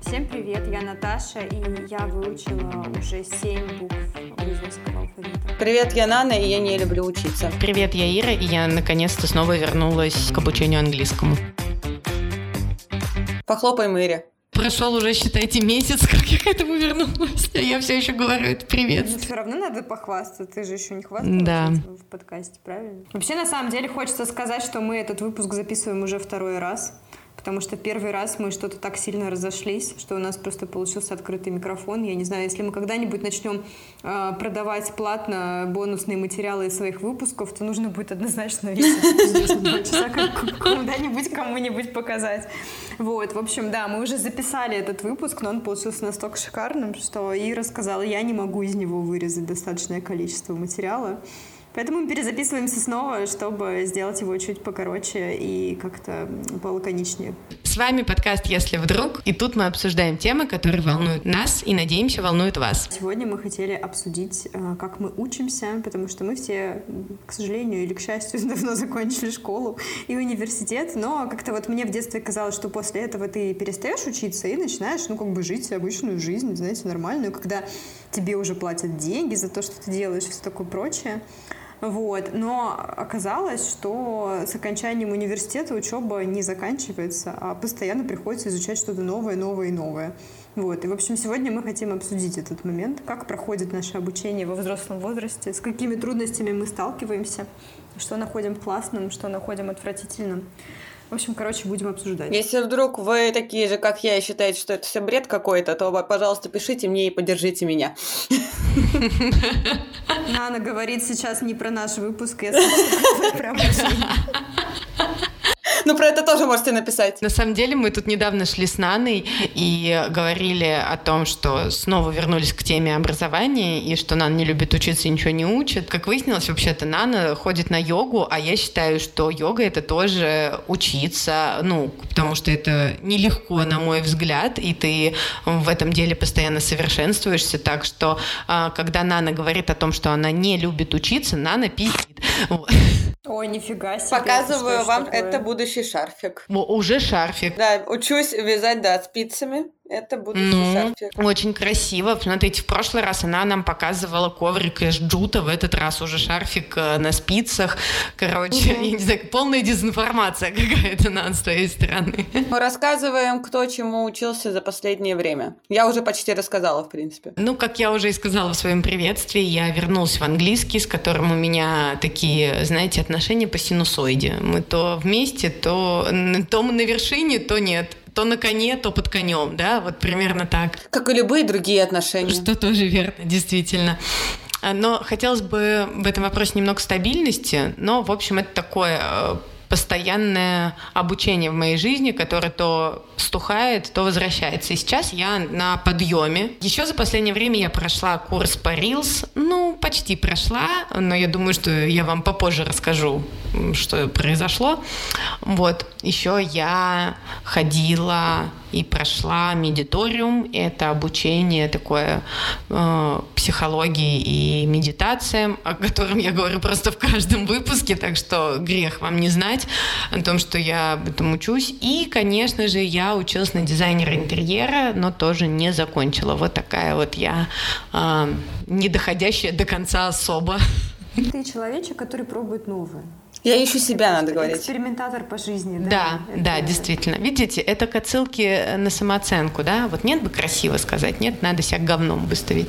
Всем привет, я Наташа, и я выучила уже 7 букв грузинского алфавита. Привет, я Нана, и я не люблю учиться. Привет, я Ира, и я наконец-то снова вернулась к обучению английскому. Похлопаем Ире. Прошел уже, считайте, месяц, как я к этому вернулась, а я все еще говорю это привет. Но все равно надо похвастаться, ты же еще не хвасталась этим в подкасте, правильно? Вообще, на самом деле, хочется сказать, что мы этот выпуск записываем уже второй раз. Потому что первый раз мы что-то так сильно разошлись, что у нас просто получился открытый микрофон. Я не знаю, если мы когда-нибудь начнем продавать платно бонусные материалы из своих выпусков, то нужно будет однозначно весить 2 часа куда-нибудь кому-нибудь показать. Вот, в общем, да, мы уже записали этот выпуск, но он получился настолько шикарным, что Ира сказала, я не могу из него вырезать достаточное количество материала. Поэтому мы перезаписываемся снова, чтобы сделать его чуть покороче и как-то полаконичнее. С вами подкаст «Если вдруг», и тут мы обсуждаем темы, которые волнуют нас и, надеемся, волнуют вас. Сегодня мы хотели обсудить, как мы учимся, потому что мы все, к сожалению или к счастью, давно закончили школу и университет, но как-то вот мне в детстве казалось, что после этого ты перестаешь учиться и начинаешь, жить обычную жизнь, знаете, нормальную, когда тебе уже платят деньги за то, что ты делаешь, все такое прочее. Вот. Но оказалось, что с окончанием университета учеба не заканчивается, а постоянно приходится изучать что-то новое. Вот. И, в общем, сегодня мы хотим обсудить этот момент, как проходит наше обучение во взрослом возрасте, с какими трудностями мы сталкиваемся, что находим классным, что находим отвратительным. В общем, будем обсуждать. Если вдруг вы такие же, как я, и считаете, что это все бред какой-то, то, пожалуйста, пишите мне и поддержите меня. Нана говорит сейчас не про наш выпуск, я слышу про обучение. Про это тоже можете написать. На самом деле мы тут недавно шли с Наной и говорили о том, что снова вернулись к теме образования и что Нана не любит учиться и ничего не учит. Как выяснилось, вообще-то Нана ходит на йогу, а я считаю, что йога — это тоже учиться, потому что это нелегко, на мой взгляд, и ты в этом деле постоянно совершенствуешься. Так что, когда Нана говорит о том, что она не любит учиться, Нана пиздит. Ой, нифига себе. Показываю вам, это будущий шарфик. Уже шарфик. Да, учусь вязать, спицами. Это будущий шарфик. Очень красиво. Смотрите, в прошлый раз она нам показывала коврик из джута, в этот раз уже шарфик на спицах. Я не знаю, полная дезинформация какая-то с твоей стороны. Мы рассказываем, кто чему учился за последнее время. Я уже почти рассказала, в принципе. Как я уже и сказала в своем приветствии, я вернулась в английский, с которым у меня такие, знаете, отношения по синусоиде. Мы то вместе, то мы на вершине, то нет. То на коне, то под конем, да, вот примерно так. Как и любые другие отношения. Что тоже верно, действительно. Но хотелось бы в этом вопросе немного стабильности, но, в общем, это такое постоянное обучение в моей жизни, которое то стухает, то возвращается. И сейчас я на подъеме. Еще за последнее время я прошла курс по Reels. Почти прошла, но я думаю, что я вам попозже расскажу, что произошло. Вот. Еще я ходила и прошла медиториум. Это обучение такое психологии и медитациям, о котором я говорю просто в каждом выпуске, так что грех вам не знать о том, что я об этом учусь. И, конечно же, я училась на дизайнера интерьера, но тоже не закончила. Вот такая вот я не доходящая до конца особо. Ты человечек, который пробует новое. Я ищу себя, надо говорить. Экспериментатор по жизни, да? Да, действительно. Видите, это к отсылке на самооценку, да? Вот нет бы красиво сказать, нет, надо себя говном выставить.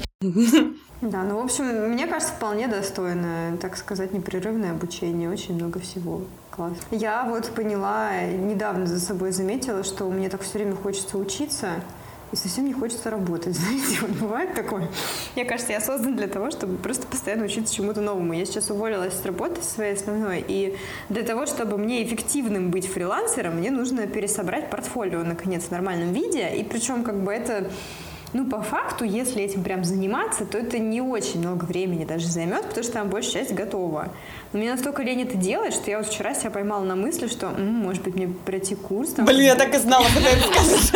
Да, в общем, мне кажется, вполне достойное, так сказать, непрерывное обучение, очень много всего. Класс. Я поняла, недавно за собой заметила, что мне так все время хочется учиться, и совсем не хочется работать. Знаете, бывает такое. Мне кажется, я создан для того, чтобы просто постоянно учиться чему-то новому. Я сейчас уволилась с работы своей основной, и для того, чтобы мне эффективным быть фрилансером, мне нужно пересобрать портфолио, наконец, в нормальном виде. И причем, это... по факту, если этим прям заниматься, то это не очень много времени даже займет, потому что там большая часть готова. Но мне настолько лень это делать, что я вчера себя поймала на мысли, что, может быть, мне пройти курс. Я так и знала, что ты это скажешь.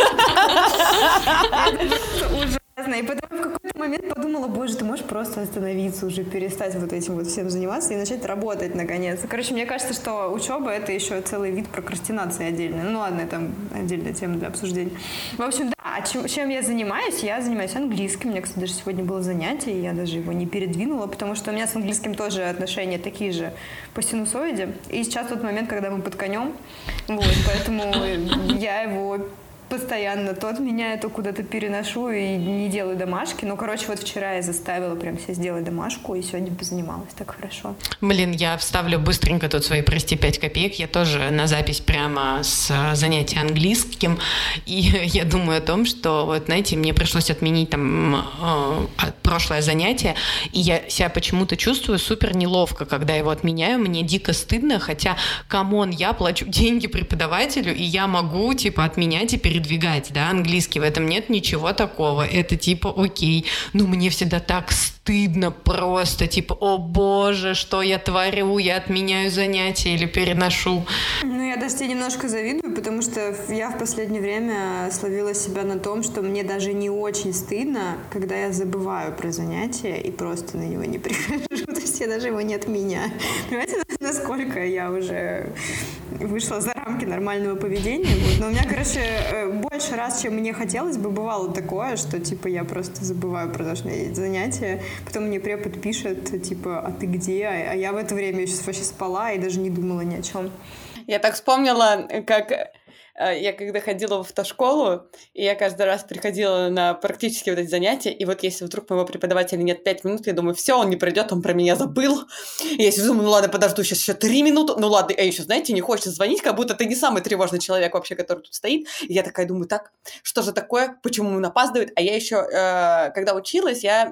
Ужасно. И потом в какой-то момент подумала, боже, ты можешь просто остановиться, уже перестать этим всем заниматься и начать работать, наконец. Мне кажется, что учеба — это еще целый вид прокрастинации отдельный. Ладно, это отдельная тема для обсуждения. В общем, да, Да, чем я занимаюсь? Я занимаюсь английским. У меня, кстати, даже сегодня было занятие, и я даже его не передвинула, потому что у меня с английским тоже отношения такие же по синусоиде. И сейчас тот момент, когда мы под конем, вот, поэтому я его постоянно то отменяю, то куда-то переношу и не делаю домашки. Ну, короче, вот вчера я заставила прям себе сделать домашку, и сегодня позанималась так хорошо. Блин, я вставлю быстренько тут свои, прости, 5 копеек. Я тоже на запись прямо с занятия английским. И я думаю о том, что, вот, знаете, мне пришлось отменить там прошлое занятие, и я себя почему-то чувствую супер неловко, когда его отменяю. Мне дико стыдно, хотя, камон, я плачу деньги преподавателю, и я могу, типа, отменять и передвигать, да, английский. В этом нет ничего такого. Это типа окей. Но мне всегда так стыдно просто. Типа, о боже, что я творю? Я отменяю занятия или переношу. Ну, я даже тебе немножко завидую, потому что я в последнее время словила себя на том, что мне даже не очень стыдно, когда я забываю про занятия и просто на него не прихожу. То есть я даже его не отменяю. Понимаете, насколько я уже вышла за рамки нормального поведения? Вот. Но у меня, короче, больше раз, чем мне хотелось бы, бывало такое, что, типа, я просто забываю про то, что у меня есть занятия. Потом мне препод пишет, типа, а ты где? А я в это время еще вообще спала и даже не думала ни о чем. Я так вспомнила, как я когда ходила в автошколу, и я каждый раз приходила на практически вот эти занятия, и вот если вдруг моего преподавателя нет 5 минут, я думаю, все, он не придет, он про меня забыл. И я думаю, ну ладно, подожду сейчас еще 3 минуты, ну ладно, а еще, знаете, не хочется звонить, как будто ты не самый тревожный человек вообще, который тут стоит. И я такая думаю, так, что же такое, почему он опаздывает? А я еще, когда училась, я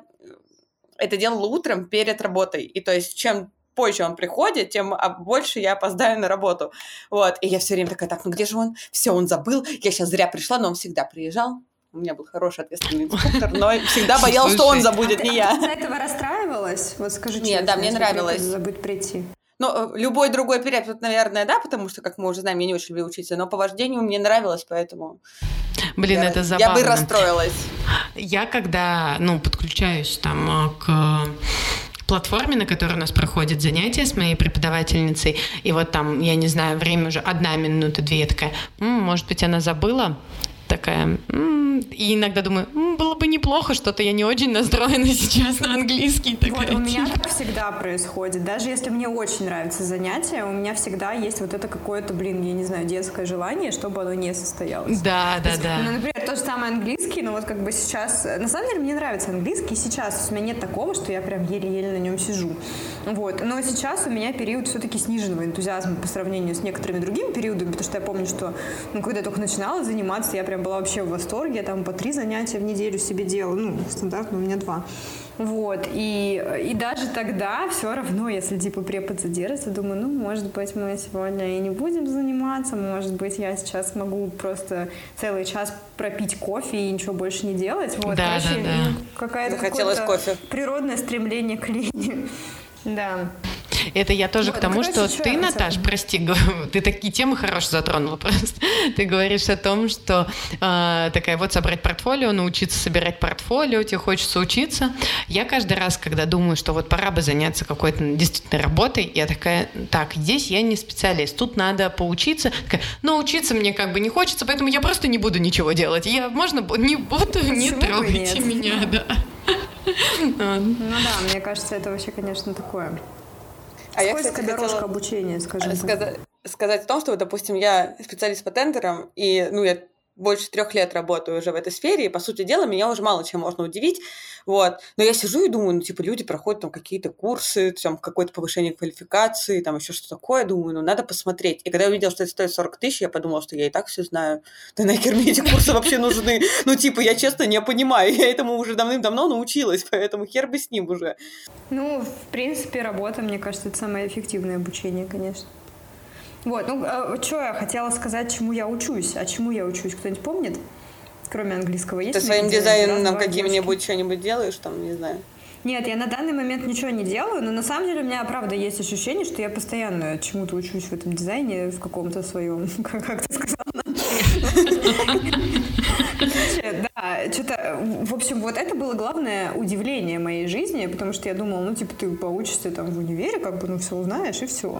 это делала утром перед работой, и то есть чем позже он приходит, тем больше я опоздаю на работу. Вот. И я все время такая, так, ну где же он? Все, он забыл. Я сейчас зря пришла, но он всегда приезжал. У меня был хороший ответственный инструктор, но всегда боялся, что он забудет, не я. Ты из-за этого расстраивалась? Вот скажи честно. Нет, да, мне нравилось. Забыть прийти. Ну, любой другой период, наверное, да, потому что, как мы уже знаем, я не очень люблю учиться, но по вождению мне нравилось, поэтому... Блин, это забавно. Я бы расстроилась. Я когда, подключаюсь там к платформе, на которой у нас проходят занятия с моей преподавательницей, и вот там, я не знаю, время уже 1 минута, 2, я такая, может быть, она забыла? Такая, и иногда думаю, было бы неплохо, что-то я не очень настроена сейчас на английский. Вот, у меня так всегда происходит. Даже если мне очень нравится занятие, у меня всегда есть вот это какое-то, я не знаю, детское желание, чтобы оно не состоялось. Да. Ну, например, то же самое английский, но вот как бы сейчас... На самом деле мне нравится английский сейчас. То есть у меня нет такого, что я прям еле-еле на нем сижу. Вот. Но сейчас у меня период все-таки сниженного энтузиазма по сравнению с некоторыми другими периодами, потому что я помню, что, когда я только начинала заниматься, я прям была вообще в восторге. Я там по 3 занятия в неделю себе делала. Стандартно у меня 2. Вот. И даже тогда все равно, если препод задержится, думаю, может быть, мы сегодня и не будем заниматься, может быть, я сейчас могу просто целый час пропить кофе и ничего больше не делать. Вот. Да. Какое-то природное стремление к лени. Да. Это я тоже к тому, что ты, Наташ, прости, ты такие темы хорошие затронула просто. Ты говоришь о том, что такая вот собрать портфолио, научиться собирать портфолио, тебе хочется учиться. Я каждый раз, когда думаю, что вот пора бы заняться какой-то действительно работой, я такая, так, здесь я не специалист, тут надо поучиться. Такая, но учиться мне как бы не хочется, поэтому я просто не буду ничего делать. Я, можно, не буду, не трогайте меня, да. Ну да, мне кажется, это вообще, конечно, такое... Скользкая дорожка обучения, скажем так. Сказать о том, что, допустим, я специалист по тендерам, и, я больше 3 лет работаю уже в этой сфере, и, по сути дела, меня уже мало чем можно удивить, вот. Но я сижу и думаю, люди проходят там какие-то курсы, там какое-то повышение квалификации, там еще что-то такое, думаю, надо посмотреть. И когда я увидела, что это стоит 40 000, я подумала, что я и так все знаю. Да нахер мне эти курсы вообще нужны? Я честно не понимаю, я этому уже давным-давно научилась, поэтому хер бы с ним уже. В принципе, работа, мне кажется, это самое эффективное обучение, конечно. Вот, что я хотела сказать, чему я учусь. А чему я учусь, кто-нибудь помнит? Кроме английского есть? Ты своим дизайном каким-нибудь что-нибудь делаешь, там, не знаю? Нет, я на данный момент ничего не делаю, но на самом деле у меня, правда, есть ощущение, что я постоянно чему-то учусь в этом дизайне, в каком-то своем, как ты сказала. Да, что-то, в общем, вот это было главное удивление моей жизни, потому что я думала, ты поучишься там в универе, все узнаешь и все.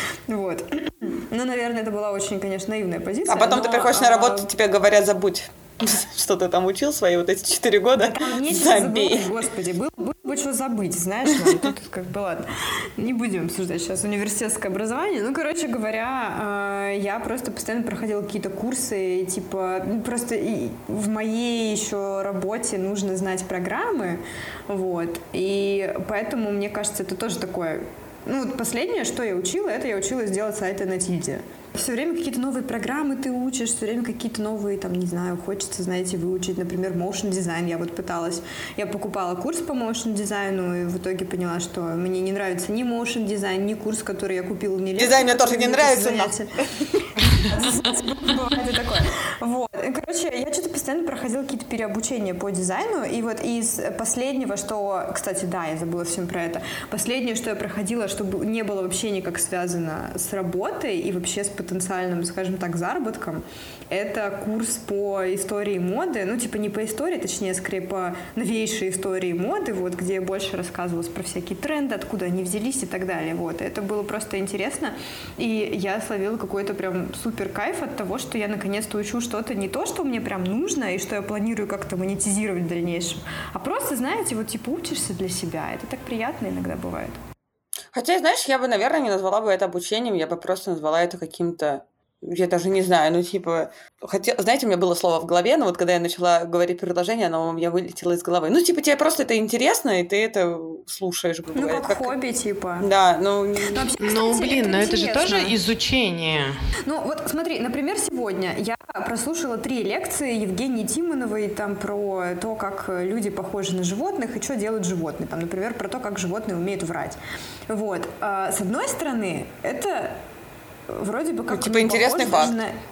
Вот. Наверное, это была очень, конечно, наивная позиция. А потом ты приходишь на работу, тебе говорят, забудь. что ты там учил свои вот эти 4 года. Там нечего Забей. забывать, господи. Было бы что забыть, знаешь, нам тут как бы ладно. Не будем обсуждать сейчас университетское образование. Ну, короче говоря, я просто постоянно проходила какие-то курсы, типа, просто в моей еще работе нужно знать программы, вот, и поэтому, мне кажется, это тоже такое. Ну, вот последнее, что я учила, это я училась делать сайты на Тильде. Все время какие-то новые программы ты учишь, все время какие-то новые, там, не знаю, хочется, знаете, выучить, например, motion дизайн. Я вот пыталась, я покупала курс по motion дизайну и в итоге поняла, что мне не нравится ни motion дизайн, ни курс, который я купила, ни лекцию. Дизайн мне тоже не нравится. Бывает и такое. Вот. Короче, я что-то постоянно проходила какие-то переобучения по дизайну, и вот из последнего, что, кстати, да, я забыла всем про это, последнее, что я проходила, чтобы не было вообще никак связано с работой и вообще с потенциальным, скажем так, заработком, это курс по истории моды, ну, типа не по истории, точнее, скорее по новейшей истории моды, вот, где больше рассказывалось про всякие тренды, откуда они взялись и так далее, вот. Это было просто интересно, и я словила какой-то прям супер кайф от того, что я наконец-то учу что-то не то, что мне прям нужно и что я планирую как-то монетизировать в дальнейшем, а просто, знаете, вот типа учишься для себя. Это так приятно иногда бывает. Хотя, знаешь, я бы, наверное, не назвала бы это обучением, я бы просто назвала это каким-то, я даже не знаю, ну, типа... Знаете, у меня было слово в голове, но вот когда я начала говорить предложение, оно у меня вылетело из головы. Ну, типа, тебе просто это интересно, и ты это слушаешь, грубо говоря. Ну, как хобби, типа. Да, ну... Вообще, кстати, Ну, блин, но это же интересно. тоже изучение. Ну, вот смотри, например, сегодня я прослушала 3 лекции Евгении Тимоновой там про то, как люди похожи на животных и что делают животные. Там, например, про то, как животные умеют врать. Вот. С одной стороны, это вроде бы как... Ну, типа интересный факт.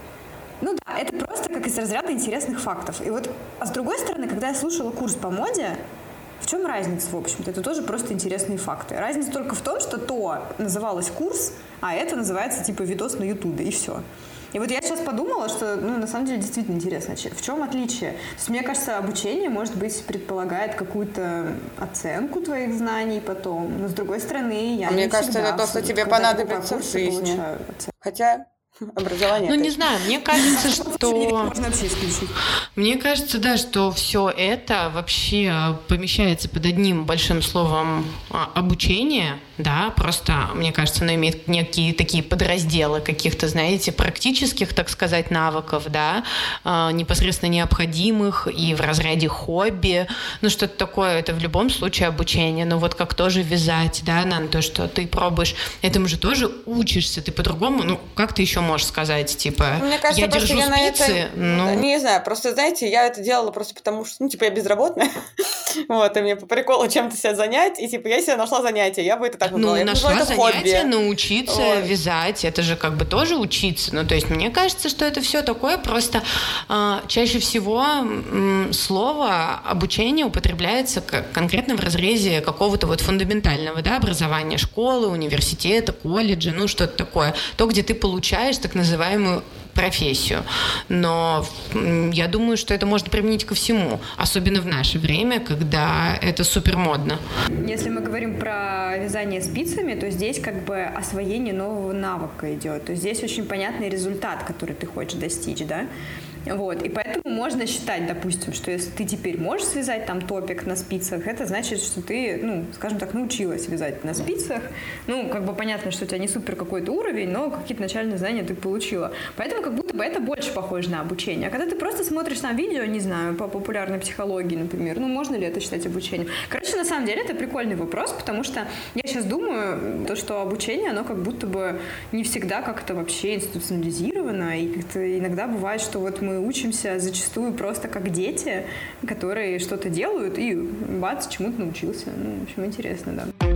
Ну да, это просто как из разряда интересных фактов. И вот, а с другой стороны, когда я слушала курс по моде, в чем разница, в общем-то? Это тоже просто интересные факты. Разница только в том, что то называлось курс, а это называется типа видос на Ютубе, и все. И вот я сейчас подумала, что, ну, на самом деле, действительно интересно, в чем отличие. То есть, мне кажется, обучение, может быть, предполагает какую-то оценку твоих знаний потом, но, с другой стороны, я Мне не кажется, всегда, это то, что тебе когда я понадобится покупаю в курсы, жизни. получаю оценку. Хотя образование... Ну, это- не знаю, мне кажется, что... Можно вообще исключить. Мне кажется, да, что все это вообще помещается под одним большим словом обучение, да, просто, мне кажется, оно имеет некие такие подразделы каких-то, знаете, практических, так сказать, навыков, да, непосредственно необходимых и в разряде хобби, ну, что-то такое, это в любом случае обучение, но вот как тоже вязать, да, на то, что ты пробуешь, этому же тоже учишься, ты по-другому, ну, как ты еще можешь сказать, типа, Мне кажется, я просто держу я на спицы, это... ну... Не знаю, просто, знаете, я это делала просто потому, что, ну, типа, я безработная, вот, и мне по приколу чем-то себя занять, и, типа, я себе нашла занятие, я бы это так назвала. Ну, Я бы назвала нашла это занятие, хобби. научиться Вот. вязать, это же как бы тоже учиться. Ну, то есть мне кажется, что это все такое, просто чаще всего слово обучение употребляется конкретно в разрезе какого-то вот фундаментального, да, образования, школы, университета, колледжа, ну, что-то такое. То, где ты получаешь так называемую профессию. Но я думаю, что это можно применить ко всему, особенно в наше время, когда это супер модно. Если мы говорим про вязание спицами, то здесь как бы освоение нового навыка идет. То есть здесь очень понятный результат, который ты хочешь достичь, да? Вот. И поэтому можно считать, допустим, что если ты теперь можешь связать там топик на спицах, это значит, что ты, ну, скажем так, научилась вязать на спицах. Ну, как бы понятно, что у тебя не супер какой-то уровень, но какие-то начальные знания ты получила. Поэтому как будто бы это больше похоже на обучение. А когда ты просто смотришь там видео, не знаю, по популярной психологии, например, ну, можно ли это считать обучением? Короче, на самом деле это прикольный вопрос, потому что я сейчас думаю, то, что обучение, оно как будто бы не всегда как-то вообще институционализировано, и как-то иногда бывает, что вот мы учимся зачастую просто как дети, которые что-то делают, и бац, чему-то научился. Ну, в общем, интересно, да.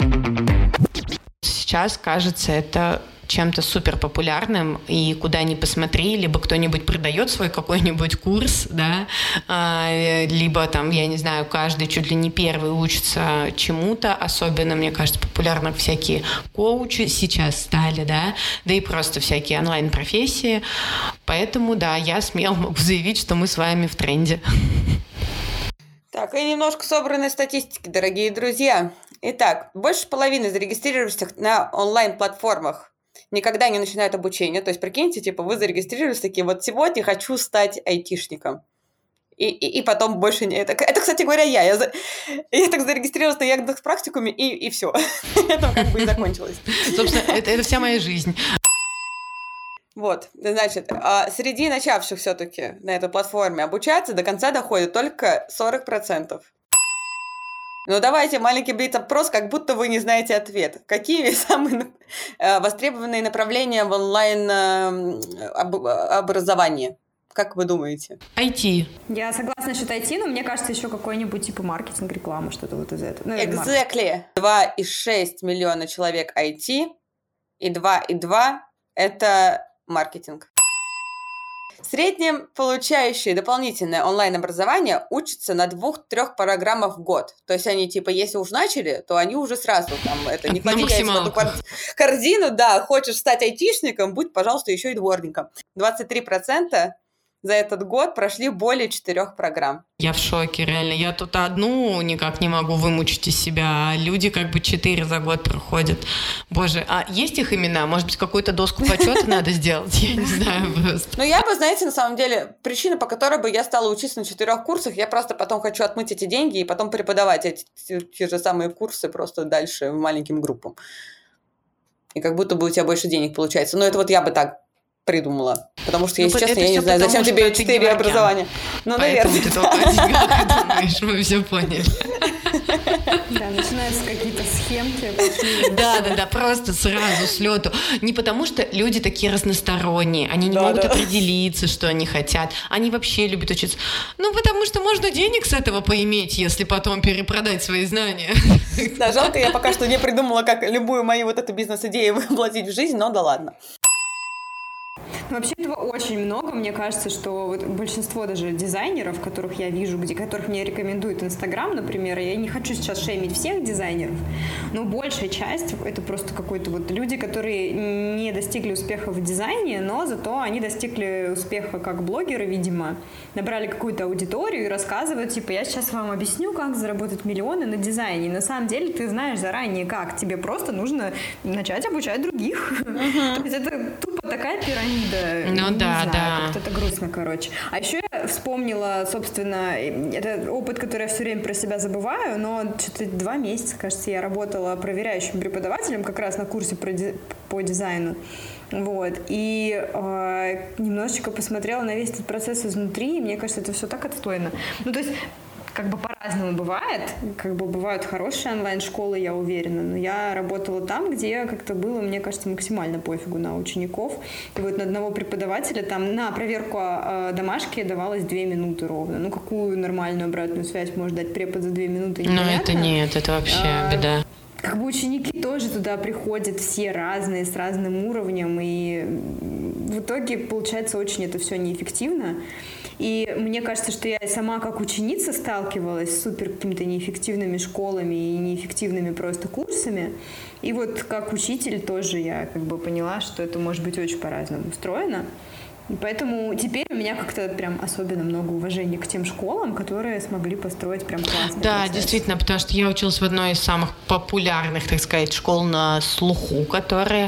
Сейчас, кажется, это чем-то супер популярным, и куда ни посмотри, либо кто-нибудь продает свой какой-нибудь курс, да, либо там, я не знаю, каждый чуть ли не первый учится чему-то, особенно, мне кажется, популярны всякие коучи сейчас стали, да и просто всякие онлайн-профессии, поэтому, да, я смело могу заявить, что мы с вами в тренде. Так, и немножко собранной статистики, дорогие друзья. Итак, больше половины зарегистрировавшихся на онлайн-платформах никогда не начинают обучение. То есть, прикиньте, типа, вы зарегистрировались такие, вот сегодня хочу стать айтишником. и потом больше не... Это, кстати говоря, я так зарегистрировалась на Яндекс.Практикуме, и все. Это как бы и закончилось. Собственно, это вся моя жизнь. Вот, значит, среди начавших все-таки на этой платформе обучаться до конца доходит только 40%. Ну, давайте маленький блиц-опрос, как будто вы не знаете ответ. Какие самые востребованные направления в онлайн-образовании? Как вы думаете? IT. Я согласна насчет IT, но мне кажется, еще какой-нибудь типа маркетинг, реклама, что-то вот из этого. Exactly. 2,6 миллиона человек IT, и 2,2 это маркетинг. В среднем получающие дополнительное онлайн-образование учатся на 2-3 программах в год. То есть они, типа, если уж начали, то они уже сразу там, это, не клади яйца в эту корзину, да, хочешь стать айтишником, будь, пожалуйста, еще и дворником. 23% за этот год прошли более 4 программ. Я в шоке, реально. Я тут одну никак не могу вымучить из себя, а люди как бы 4 за год проходят. Боже, а есть их имена? Может быть, какую-то доску почета надо сделать? Я не знаю просто. Ну, я бы, знаете, на самом деле, причина, по которой бы я стала учиться на 4 курсах, я просто потом хочу отмыть эти деньги и потом преподавать те же самые курсы просто дальше маленьким группам. И как будто бы у тебя больше денег получается. Но это вот я бы так придумала. Потому что, если честно, я не знаю, зачем тебе 4 образования. Ну, наверное. Ты только о деньгах думаешь, мы все поняли. Да, начинаются какие-то схемки. Да, просто сразу с лету. Не потому что люди такие разносторонние, они не могут определиться, что они хотят. Они вообще любят учиться. Ну, потому что можно денег с этого поиметь, если потом перепродать свои знания. Да, жалко, я пока что не придумала, как любую мою вот эту бизнес-идею воплотить в жизнь, но да ладно. Вообще этого очень много. Мне кажется, что вот большинство даже дизайнеров, которых я вижу, которых мне рекомендует Инстаграм, например, я не хочу сейчас шеймить всех дизайнеров, но большая часть это просто какой-то вот люди, которые не достигли успеха в дизайне, но зато они достигли успеха как блогеры, видимо, набрали какую-то аудиторию и рассказывают, типа, я сейчас вам объясню, как заработать миллионы на дизайне. И на самом деле ты знаешь заранее как. Тебе просто нужно начать обучать других. То есть это тупо такая пирамида. Ну да, да. Как-то это грустно, короче. А еще я вспомнила, собственно, это опыт, который я все время про себя забываю, но что-то 2 месяца, кажется, я работала проверяющим преподавателем как раз на курсе по дизайну. Вот. И немножечко посмотрела на весь этот процесс изнутри, и мне кажется, это все так отстойно. Ну, то есть как бы по-разному бывает. Как бы бывают хорошие онлайн-школы, я уверена, но я работала там, где как-то было, мне кажется, максимально пофигу на учеников. И вот на одного преподавателя там на проверку домашки давалось 2 минуты ровно. Ну, какую нормальную обратную связь может дать препод за 2 минуты? Ну, это нет, это вообще беда. Как бы ученики тоже туда приходят все разные, с разным уровнем, и в итоге получается очень это все неэффективно. И мне кажется, что я сама как ученица сталкивалась с супер какими-то неэффективными школами и неэффективными просто курсами. И вот как учитель тоже я как бы поняла, что это может быть очень по-разному устроено. И поэтому теперь у меня как-то прям особенно много уважения к тем школам, которые смогли построить прям классный процесс. Действительно, потому что я училась в одной из самых популярных, так сказать, школ на слуху, которые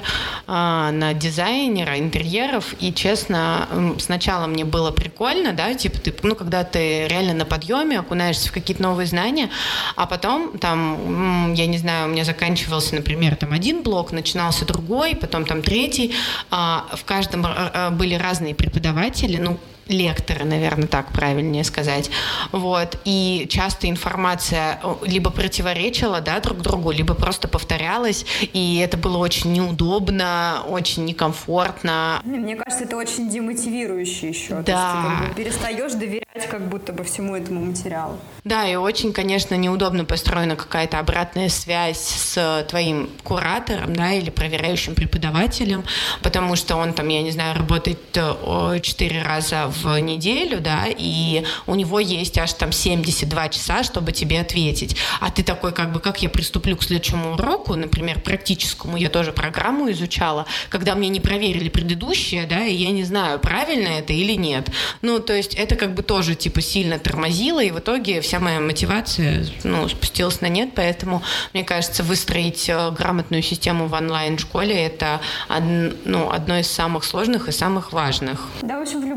на дизайнера интерьеров, и, честно, сначала мне было прикольно, да, типа, когда ты реально на подъеме, окунаешься в какие-то новые знания, а потом там, я не знаю, у меня заканчивался, например, там один блок, начинался другой, потом там третий, в каждом были разные преподаватели, лекторы, наверное, так правильнее сказать. Вот. И часто информация либо противоречила, да, друг другу, либо просто повторялась, и это было очень неудобно, очень некомфортно. Мне кажется, это очень демотивирующе еще. Да. То есть ты как бы перестаешь доверять как будто бы всему этому материалу. Да, и очень, конечно, неудобно построена какая-то обратная связь с твоим куратором, да, или проверяющим преподавателем, потому что он там, я не знаю, работает 4 раза в неделю, да, и у него есть аж там 72 часа, чтобы тебе ответить. А ты такой, как бы, как я приступлю к следующему уроку, например, практическому, я тоже программу изучала, когда мне не проверили предыдущее, да, и я не знаю, правильно это или нет. Ну, то есть это как бы тоже, типа, сильно тормозило, и в итоге вся моя мотивация, спустилась на нет, поэтому, мне кажется, выстроить грамотную систему в онлайн-школе — это одно из самых сложных и самых важных. Да, в общем, в любой школе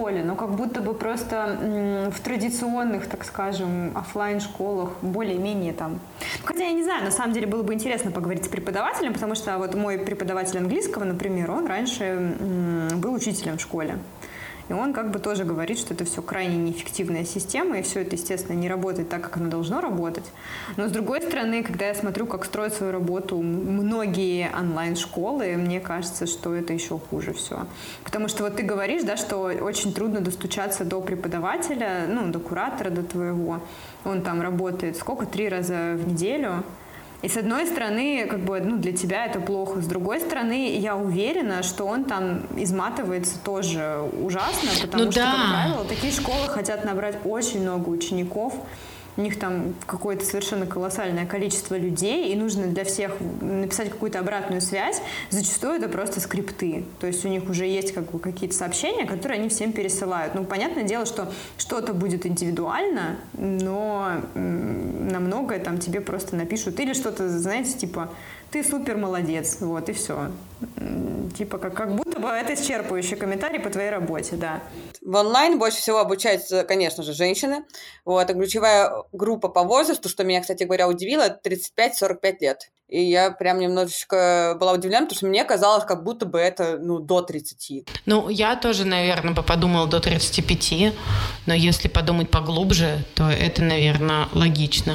школе, но как будто бы просто в традиционных, так скажем, офлайн-школах более-менее там... Хотя я не знаю, на самом деле было бы интересно поговорить с преподавателем, потому что вот мой преподаватель английского, например, он раньше был учителем в школе. И он как бы тоже говорит, что это все крайне неэффективная система, и все это, естественно, не работает так, как оно должно работать. Но, с другой стороны, когда я смотрю, как строят свою работу многие онлайн-школы, мне кажется, что это еще хуже все. Потому что вот ты говоришь, да, что очень трудно достучаться до преподавателя, ну, до куратора, до твоего. Он там работает сколько? 3 раза в неделю. И с одной стороны, как бы, ну, для тебя это плохо. С другой стороны, я уверена, что он там изматывается тоже ужасно, потому что, как правило, такие школы хотят набрать очень много учеников. У них там какое-то совершенно колоссальное количество людей, и нужно для всех написать какую-то обратную связь. Зачастую это просто скрипты. То есть у них уже есть как бы какие-то сообщения, которые они всем пересылают. Ну, понятное дело, что что-то будет индивидуально, но на многое там тебе просто напишут. Или что-то, знаете, типа «ты супер молодец», вот, и все. Типа как будто бы это исчерпывающий комментарий по твоей работе, да. В онлайн больше всего обучаются, конечно же, женщины. Вот, а ключевая группа по возрасту, что меня, кстати говоря, удивило, 35-45 лет. И я прям немножечко была удивлена, потому что мне казалось, как будто бы это, ну, до 30. Ну, я тоже, наверное, бы подумала до 35, но если подумать поглубже, то это, наверное, логично.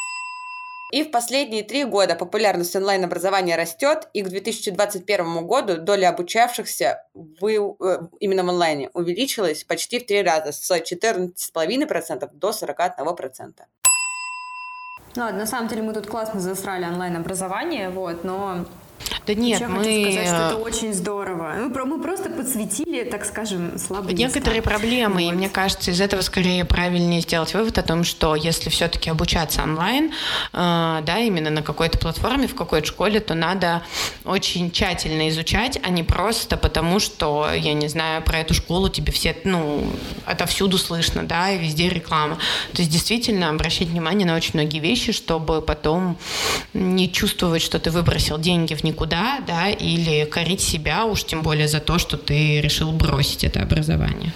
И в последние 3 года популярность онлайн-образования растет, и к 2021 году доля обучавшихся именно в онлайне увеличилась почти в 3 раза, с 14,5% до 41%. Ну ладно, на самом деле мы тут классно засрали онлайн-образование, вот, но... Да нет, я хочу сказать, что это очень здорово. Мы просто подсветили, так скажем, слабые некоторые места. проблемы, Вот. и мне кажется, из этого скорее правильнее сделать вывод о том, что если все-таки обучаться онлайн, да, именно на какой-то платформе, в какой-то школе, то надо очень тщательно изучать, а не просто потому, что, я не знаю, про эту школу тебе все, ну, отовсюду слышно, да, и везде реклама. То есть действительно обращать внимание на очень многие вещи, чтобы потом не чувствовать, что ты выбросил деньги в никуда, да, или корить себя, уж тем более за то, что ты решил бросить это образование.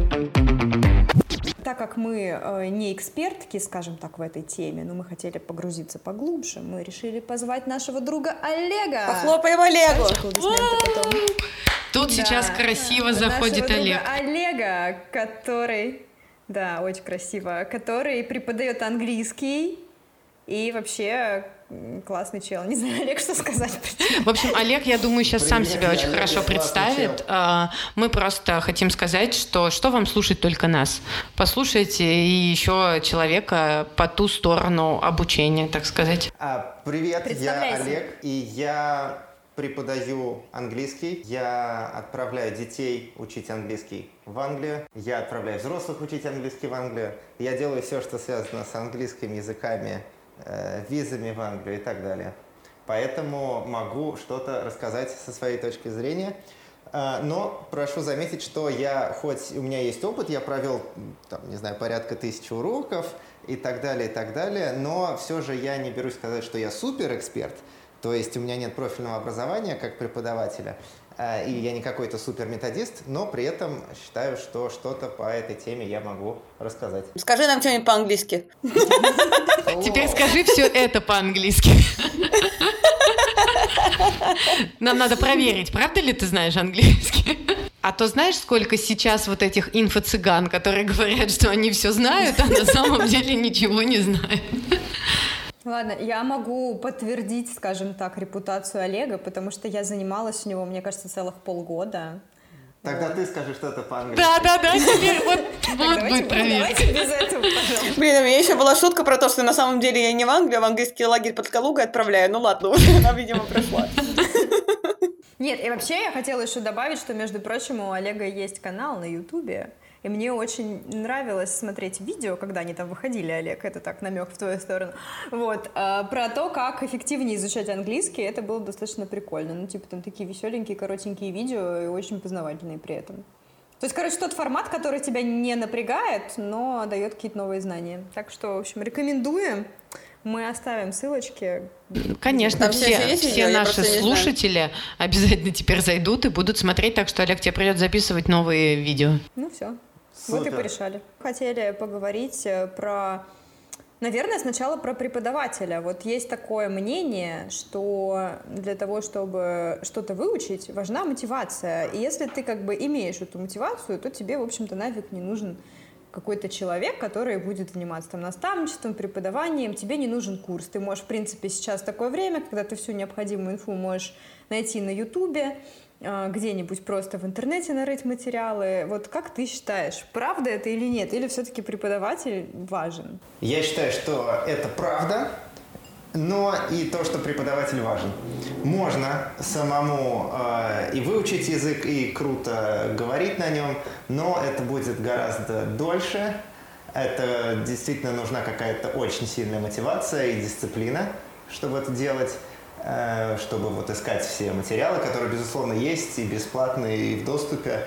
Так как мы не экспертки, скажем так, в этой теме, но мы хотели погрузиться поглубже, мы решили позвать нашего друга Олега. Похлопаем Олегу! Тут сейчас красиво заходит Олег. Олега, который, да, очень красиво, который преподает английский и вообще... классный чел. Не знаю, Олег, что сказать про тебя. В общем, Олег, я думаю, сейчас сам себя очень хорошо представит. Мы просто хотим сказать, что вам слушать только нас. Послушайте и еще человека по ту сторону обучения, так сказать. Привет, я Олег, и я преподаю английский. Я отправляю детей учить английский в Англию. Я отправляю взрослых учить английский в Англию. Я делаю все, что связано с английскими языками, визами в Англию и так далее. Поэтому могу что-то рассказать со своей точки зрения. Но прошу заметить, что хоть у меня есть опыт, я провел, там, не знаю, порядка 1000 уроков и так далее, но все же я не берусь сказать, что я суперэксперт. То есть у меня нет профильного образования как преподавателя, и я не какой-то суперметодист, но при этом считаю, что что-то по этой теме я могу рассказать. Скажи нам что-нибудь по-английски. Теперь скажи все это по-английски. Нам надо проверить, правда ли ты знаешь английский? А то знаешь, сколько сейчас вот этих инфо-цыган, которые говорят, что они все знают, а на самом деле ничего не знают. Ладно, я могу подтвердить, скажем так, репутацию Олега, потому что я занималась у него, мне кажется, целых полгода. Тогда ты скажи что-то по-английски. Да, теперь вот будет проверка. Давайте без этого, пожалуйста. Блин, у меня еще была шутка про то, что на самом деле я не в Англию, а в английский лагерь под Калугой отправляю. Ну ладно, уже она, видимо, прошла. Нет, и вообще я хотела еще добавить, что, между прочим, у Олега есть канал на Ютубе, и мне очень нравилось смотреть видео, когда они там выходили, Олег, это так, намек в твою сторону, вот, про то, как эффективнее изучать английский, это было достаточно прикольно, ну, типа, там такие веселенькие, коротенькие видео и очень познавательные при этом. То есть, короче, тот формат, который тебя не напрягает, но дает какие-то новые знания. Так что, в общем, рекомендуем. Мы оставим ссылочки. Конечно, Там все наши слушатели обязательно теперь зайдут и будут смотреть, так что, Олег, тебе придется записывать новые видео. Ну все, Супер. вот и порешали. Хотели поговорить про... Наверное, сначала про преподавателя. Вот есть такое мнение, что для того, чтобы что-то выучить, важна мотивация. И если ты как бы имеешь эту мотивацию, то тебе, в общем-то, нафиг не нужен какой-то человек, который будет заниматься там наставничеством, преподаванием. Тебе не нужен курс. Ты можешь, в принципе, сейчас такое время, когда ты всю необходимую инфу можешь найти на Ютубе, где-нибудь просто в интернете нарыть материалы. Вот как ты считаешь, правда это или нет? Или все-таки преподаватель важен? Я считаю, что это правда, но и то, что преподаватель важен. Можно самому и выучить язык, и круто говорить на нем, но это будет гораздо дольше. Это действительно нужна какая-то очень сильная мотивация и дисциплина, чтобы это делать, чтобы вот искать все материалы, которые, безусловно, есть и бесплатные, и в доступе.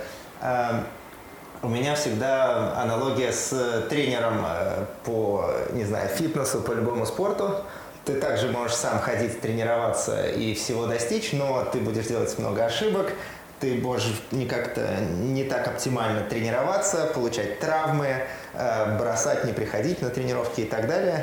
У меня всегда аналогия с тренером по, не знаю, фитнесу, по любому спорту. Ты также можешь сам ходить, тренироваться и всего достичь, но ты будешь делать много ошибок, ты можешь как-то не так оптимально тренироваться, получать травмы, бросать, не приходить на тренировки и так далее.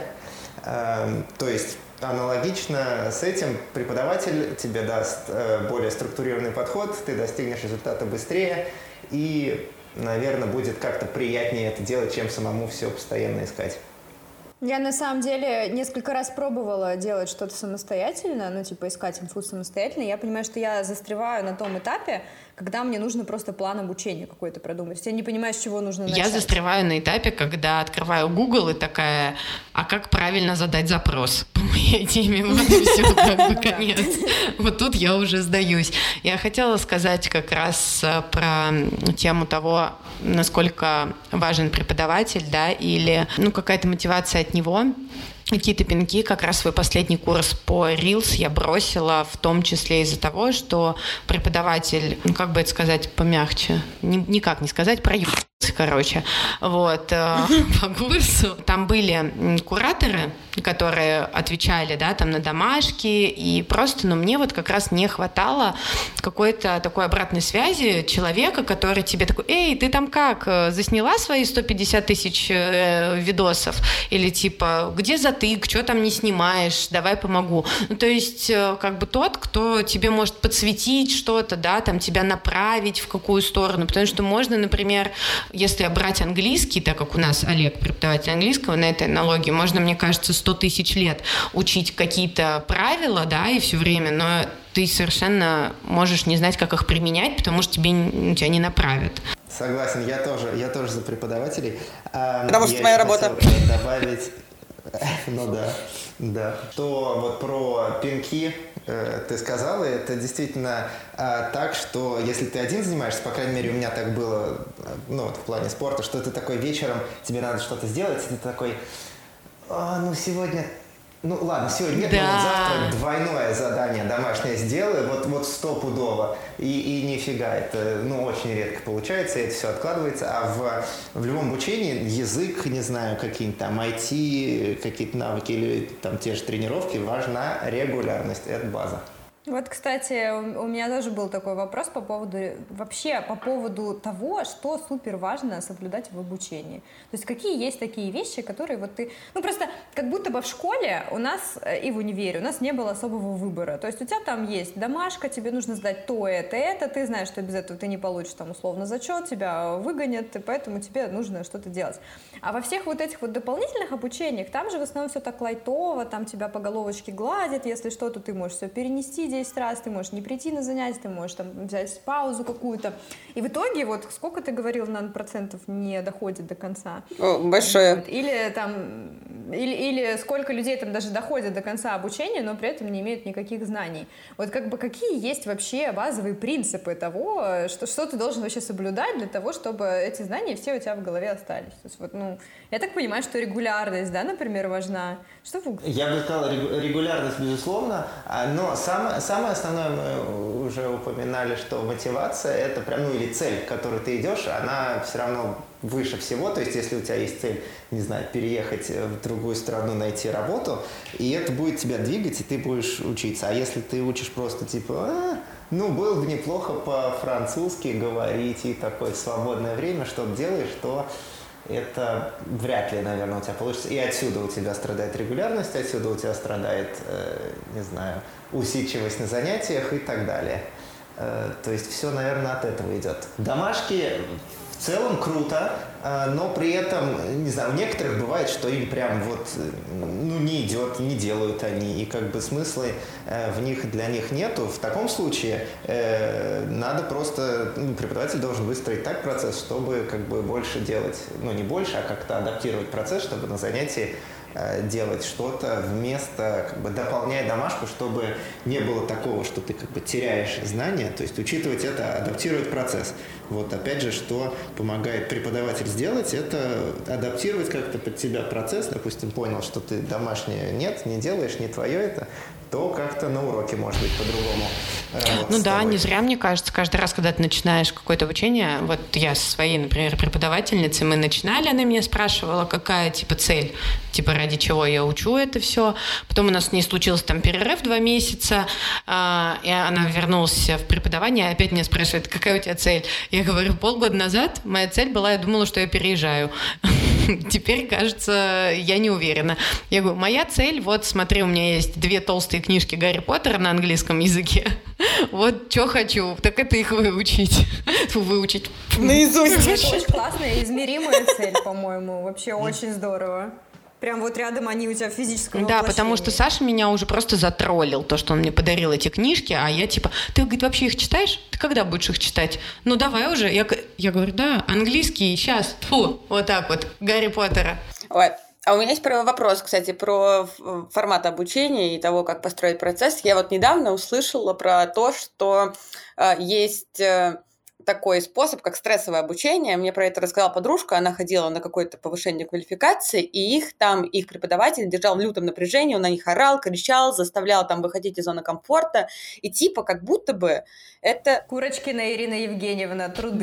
То есть аналогично с этим преподаватель тебе даст более структурированный подход, ты достигнешь результата быстрее и, наверное, будет как-то приятнее это делать, чем самому все постоянно искать. Я на самом деле несколько раз пробовала делать что-то самостоятельно, ну типа искать инфу самостоятельно. Я понимаю, что я застреваю на том этапе, когда мне нужно просто план обучения какой-то продумать. Я не понимаю, с чего нужно начать. Я застреваю на этапе, когда открываю Google и такая, а как правильно задать запрос по моей теме? Вот и все, как бы конец. Вот тут я уже сдаюсь. Я хотела сказать как раз про тему того, насколько важен преподаватель, да, или какая-то мотивация от него. Какие-то пинки, как раз свой последний курс по Reels я бросила, в том числе из-за того, что преподаватель, как бы это сказать помягче, никак не сказать, проебался, короче. Вот, по курсу там были кураторы, которые отвечали, да, там на домашки, и просто, мне вот как раз не хватало какой-то такой обратной связи человека, который тебе такой, эй, ты там как, засняла свои 150 тысяч видосов? Или типа, где затык, что там не снимаешь, давай помогу. То есть, как бы тот, кто тебе может подсветить что-то, да, там тебя направить в какую сторону, потому что можно, например, если брать английский, так как у нас Олег преподаватель английского, на этой аналогии, можно, мне кажется, 100 тысяч лет учить какие-то правила, да, и все время, но ты совершенно можешь не знать, как их применять, потому что тебя не направят. Согласен, я тоже за преподавателей. Потому что моя работа. Добавить, да. Что вот про пинки ты сказала, это действительно так, что если ты один занимаешься, по крайней мере, у меня так было, в плане спорта, что ты такой вечером, тебе надо что-то сделать, и ты такой, сегодня... сегодня нет, да. Завтра двойное задание домашнее сделаю, вот стопудово, и нифига, это, очень редко получается, и это все откладывается, а в любом обучении язык, не знаю, какие-нибудь там IT, какие-то навыки или там те же тренировки, важна регулярность, это база. Вот, кстати, у меня тоже был такой вопрос по поводу того, что супер важно соблюдать в обучении. То есть какие есть такие вещи, которые вот ты... просто как будто бы в школе у нас и в универе у нас не было особого выбора. То есть у тебя там есть домашка, тебе нужно сдать то, это, ты знаешь, что без этого ты не получишь там условно зачет, тебя выгонят, и поэтому тебе нужно что-то делать. А во всех вот этих вот дополнительных обучениях, там же в основном все так лайтово, там тебя по головочке гладят, если что-то ты можешь все перенести 10 раз, ты можешь не прийти на занятия, ты можешь там взять паузу какую-то. И в итоге, вот сколько ты говорил, наверное, процентов не доходит до конца? Большое. Вот. Или сколько людей там даже доходят до конца обучения, но при этом не имеют никаких знаний. Вот как бы какие есть вообще базовые принципы того, что ты должен вообще соблюдать для того, чтобы эти знания все у тебя в голове остались? То есть я так понимаю, что регулярность, да, например, важна. Что вы... Я бы сказал, регулярность, безусловно, но самое основное мы уже упоминали, что мотивация, это прям, или цель, к которой ты идешь, она все равно выше всего. То есть, если у тебя есть цель, не знаю, переехать в другую страну, найти работу, и это будет тебя двигать, и ты будешь учиться. А если ты учишь просто типа, было бы неплохо по-французски говорить, и такое свободное время, что-то делаешь, то это вряд ли, наверное, у тебя получится. И отсюда у тебя страдает регулярность, отсюда у тебя страдает, не знаю, усидчивость на занятиях и так далее. То есть все, наверное, от этого идет. Домашки в целом круто, но при этом, не знаю, у некоторых бывает, что им прям не идет, не делают они, и как бы смысла для них нету. В таком случае надо просто, преподаватель должен выстроить так процесс, чтобы как бы больше делать, не больше, а как-то адаптировать процесс, чтобы на занятии делать что-то вместо, дополняя домашку, чтобы не было такого, что ты теряешь знания, то есть учитывать это, адаптировать процесс. Опять же, что помогает преподаватель сделать, это адаптировать как-то под тебя процесс, допустим, понял, что ты домашнее не делаешь, не твое это, то как-то на уроке, может быть, по-другому работать. Да, не зря, мне кажется, каждый раз, когда ты начинаешь какое-то обучение, я со своей, например, преподавательницей, мы начинали, она меня спрашивала, какая, цель, ради чего я учу это все. Потом у нас с ней случился перерыв 2 месяца, и она вернулась в преподавание, и опять меня спрашивает, какая у тебя цель? Я говорю, полгода назад моя цель была, я думала, что я переезжаю. Теперь, кажется, я не уверена. Я говорю, моя цель, смотри, у меня есть 2 толстые книжки Гарри Поттера на английском языке. Что хочу, так это их выучить. Наизусть. Это очень классная, измеримая цель, по-моему. Вообще очень здорово. Прям рядом они у тебя в физическом воплощении. Да, потому что Саша меня уже просто затроллил, то, что он мне подарил эти книжки, а я ты, говорит, вообще их читаешь? Ты когда будешь их читать? Давай уже. Я говорю, да, английский, сейчас, Гарри Поттера. А у меня есть первый вопрос, кстати, про формат обучения и того, как построить процесс. Я недавно услышала про то, что есть такой способ, как стрессовое обучение. Мне про это рассказала подружка, она ходила на какое-то повышение квалификации, и их преподаватель держал в лютом напряжении, он на них орал, кричал, заставлял выходить из зоны комфорта, и как будто бы это... Курочкина Ирина Евгеньевна, труды.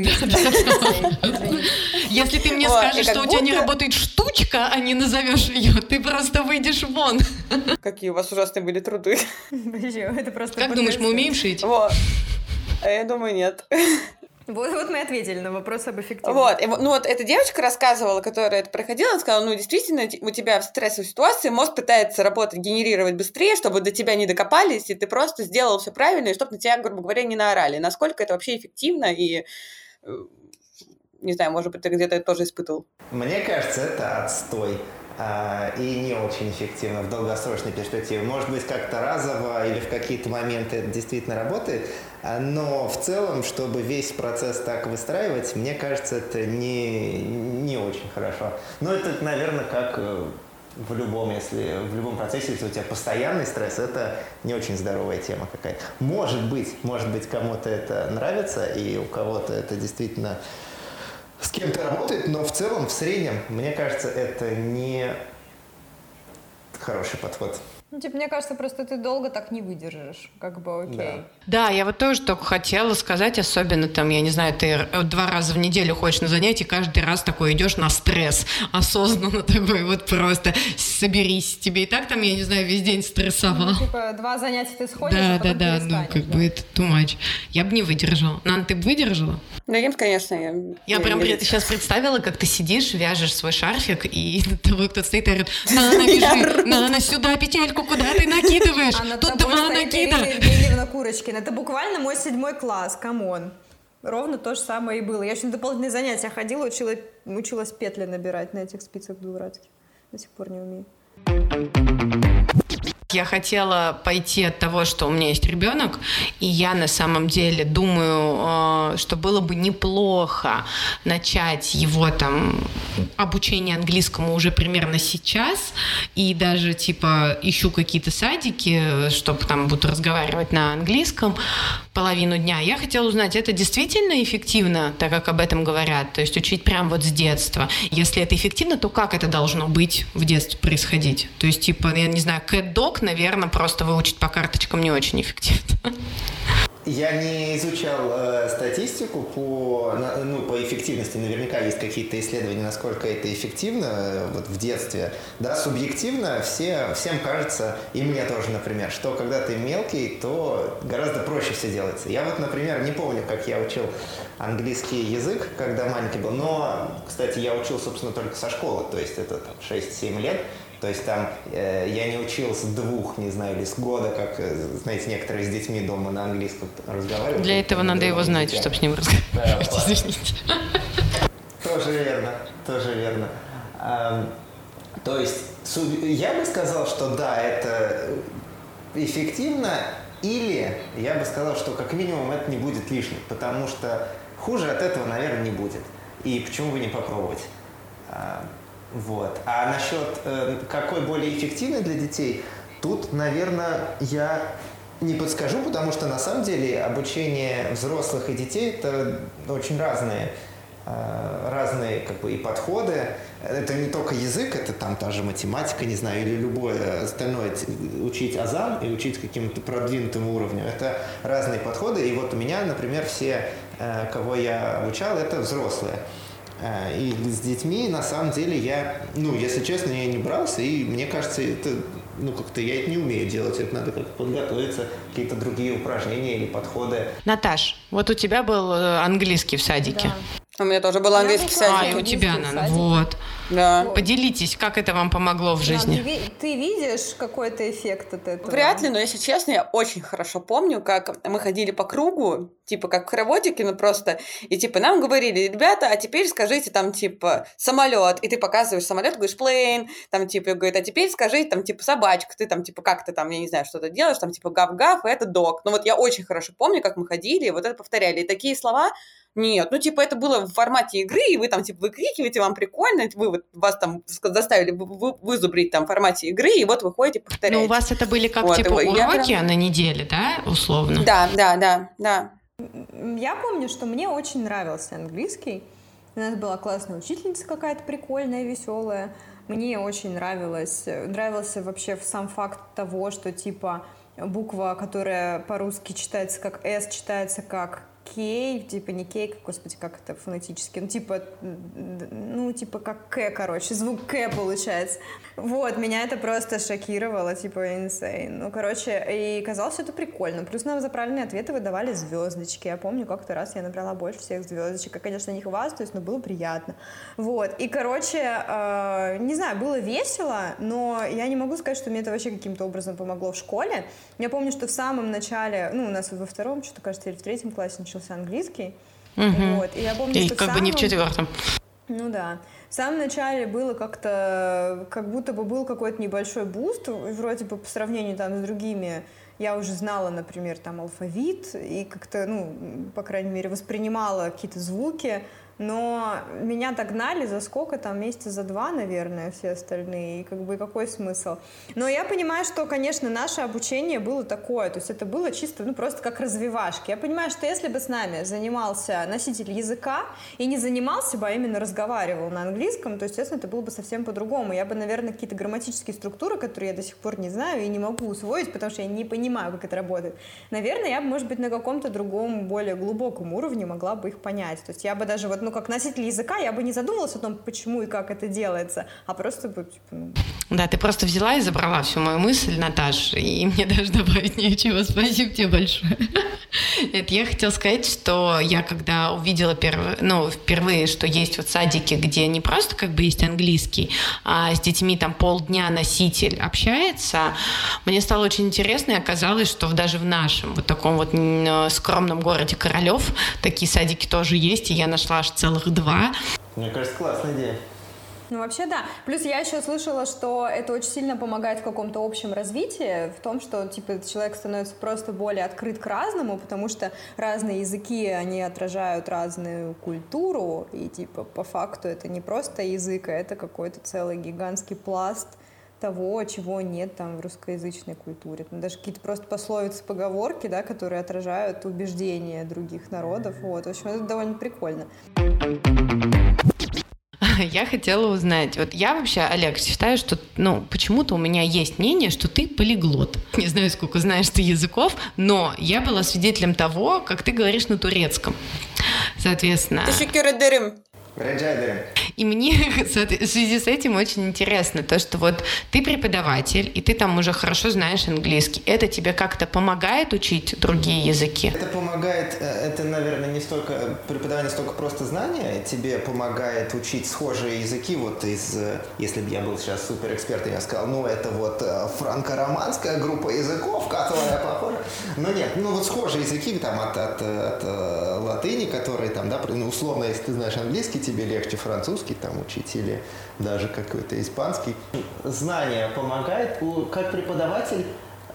Если ты мне скажешь, что у тебя не работает штучка, а не назовешь ее, ты просто выйдешь вон. Какие у вас ужасные были труды. Как думаешь, мы умеем шить? Я думаю, нет. Вот мы ответили на вопрос об эффективности. Эта девочка рассказывала, которая это проходила, она сказала, действительно, у тебя в стрессовой ситуации мозг пытается работать, генерировать быстрее, чтобы до тебя не докопались, и ты просто сделал все правильно, и чтобы на тебя, грубо говоря, не наорали. Насколько это вообще эффективно, и, не знаю, может быть, ты где-то это тоже испытывал? Мне кажется, это отстой. И не очень эффективно в долгосрочной перспективе. Может быть, как-то разово или в какие-то моменты это действительно работает, но в целом, чтобы весь процесс так выстраивать, мне кажется, это не очень хорошо. Но это, наверное, как в любом процессе, если у тебя постоянный стресс, это не очень здоровая тема какая-то. Может быть, кому-то это нравится, и у кого-то это действительно с кем-то работает, но в целом, в среднем, мне кажется, это не хороший подход. Мне кажется, просто ты долго так не выдержишь, окей. Да, я тоже только хотела сказать, особенно я не знаю, ты 2 раза в неделю ходишь на занятия, каждый раз такой идешь на стресс, осознанно такой просто соберись, тебе и так я не знаю, весь день стрессовал. 2 занятия ты сходишь, да, это too much. Я бы не выдержала. Нана, ты бы выдержала? Нет, конечно. Я прям сейчас представила, как ты сидишь, вяжешь свой шарфик, и тобой кто-то стоит и говорит, Нана, вяжи, Нана, сюда петельку, куда ты накидываешь? Тут 2 накида. Ирина Евгеньевна Курочкина. Это буквально мой 7 класс, камон. Ровно то же самое и было. Я еще на дополнительные занятия ходила, училась петли набирать на этих спицах дурацких. До сих пор не умею. Я хотела пойти от того, что у меня есть ребенок, и я на самом деле думаю, что было бы неплохо начать его обучение английскому уже примерно сейчас, и даже ищу какие-то садики, чтобы буду разговаривать на английском половину дня. Я хотела узнать, это действительно эффективно, так как об этом говорят, то есть учить прям с детства. Если это эффективно, то как это должно быть в детстве происходить? То есть, я не знаю, CatDog, наверное, просто выучить по карточкам не очень эффективно. Я не изучал статистику по эффективности. Наверняка есть какие-то исследования, насколько это эффективно вот в детстве. Да, субъективно всем кажется, и мне тоже, например, что когда ты мелкий, то гораздо проще все делается. Я вот, например, не помню, как я учил английский язык, когда маленький был, но, кстати, я учил, собственно, только со школы, то есть это там 6-7 лет. То есть там я не учился 2, не знаю, или с года, как, знаете, некоторые с детьми дома на английском разговаривают. Для этого надо его знать, чтобы с ним разговаривать. Извините. Тоже верно. То есть я бы сказал, что да, это эффективно, или я бы сказал, что как минимум это не будет лишним, потому что хуже от этого, наверное, не будет. И почему бы не попробовать? Вот. А насчет какой более эффективной для детей, тут, наверное, я не подскажу, потому что на самом деле обучение взрослых и детей – это очень разные как бы и подходы. Это не только язык, это там та же математика, не знаю, или любое остальное. Учить азам и учить каким-то продвинутым уровнем – это разные подходы. И вот у меня, например, все, кого я обучал, это взрослые. И с детьми, на самом деле, я, если честно, я не брался, и мне кажется, это, как-то я это не умею делать, это надо как-то подготовиться, какие-то другие упражнения или подходы. Наташ, вот у тебя был английский в садике. Да. У меня тоже был английский в садике. У тебя, вот. Да. Поделитесь, как это вам помогло в жизни? Ты видишь какой-то эффект от этого? Вряд ли, но если честно, я очень хорошо помню, как мы ходили по кругу, типа как в хороводике, просто, и нам говорили: ребята, а теперь скажите самолет, и ты показываешь самолет, говоришь plane, говорит, а теперь скажи собачка, ты как ты я не знаю, что ты делаешь, гав-гав, и это dog. Но вот я очень хорошо помню, как мы ходили, и вот это повторяли, и такие слова. Нет, это было в формате игры, и вы выкрикиваете, вам прикольно, вас заставили вызубрить в формате игры, и вот вы ходите, повторяете. Ну, у вас это были как уроки на неделе, да, условно? Да. Я помню, что мне очень нравился английский. У нас была классная учительница какая-то прикольная, веселая. Мне очень нравился вообще сам факт того, что буква, которая по-русски читается как «С», читается как «Кей», не «Кей», господи, как это фонетически, как «К», короче, звук «К» получается. Вот, меня это просто шокировало, insane. И казалось, это прикольно. Плюс нам за правильные ответы выдавали звездочки. Я помню, как-то раз я набрала больше всех звездочек. Я, конечно, не хвастаюсь, но было приятно. Вот, и, не знаю, было весело, но я не могу сказать, что мне это вообще каким-то образом помогло в школе. Я помню, что в самом начале, у нас во 2-м, что-то, кажется, или в 3-м классе начался английский. Угу. Вот, и я помню, и что не в 4-м. Ну да. В самом начале было как-то, как будто бы был какой-то небольшой буст, вроде бы по сравнению с другими. Я уже знала, например, алфавит и как-то, по крайней мере, воспринимала какие-то звуки. Но меня догнали за сколько месяца за 2, наверное, все остальные, и какой смысл. Но я понимаю, что, конечно, наше обучение было такое, то есть это было чисто, просто как развивашки. Я понимаю, что если бы с нами занимался носитель языка и не занимался бы, а именно разговаривал на английском, то, естественно, это было бы совсем по-другому. Я бы, наверное, какие-то грамматические структуры, которые я до сих пор не знаю и не могу усвоить, потому что я не понимаю, как это работает, наверное, я бы, может быть, на каком-то другом, более глубоком уровне могла бы их понять. То есть я бы даже как носитель языка, я бы не задумывалась о том, почему и как это делается, а просто бы, Да, ты просто взяла и забрала всю мою мысль, Наташ, и мне даже добавить нечего. Спасибо тебе большое. Я хотела сказать, что я когда увидела впервые, что есть садики, где не просто есть английский, а с детьми полдня носитель общается, мне стало очень интересно, и оказалось, что даже в нашем таком скромном городе Королёв такие садики тоже есть, и я нашла аж целых 2. Мне кажется, классная идея. Вообще да. Плюс я еще слышала, что это очень сильно помогает в каком-то общем развитии, в том, что человек становится просто более открыт к разному, потому что разные языки, они отражают разную культуру, и по факту это не просто язык, а это какой-то целый гигантский пласт того, чего нет в русскоязычной культуре. Там даже какие-то просто пословицы, поговорки, да, которые отражают убеждения других народов. Вот. В общем, это довольно прикольно. я хотела узнать. Вот я вообще, Олег, считаю, что, почему-то у меня есть мнение, что ты полиглот. Не знаю, сколько знаешь ты языков, но я была свидетелем того, как ты говоришь на турецком. Соответственно... И мне в связи с этим очень интересно то, что вот ты преподаватель, и ты там уже хорошо знаешь английский. Это тебе как-то помогает учить другие языки? Это помогает, это, наверное, не столько преподавание, столько просто знания. Тебе помогает учить схожие языки. Вот если бы я был сейчас суперэкспертом, я сказал, это вот франко-романская группа языков, которая похожа. Но нет, вот схожие языки там от латыни, которые там, да, условно, если ты знаешь английский, тебе легче французский там учить или даже какой-то испанский. Знание помогает. Как преподаватель,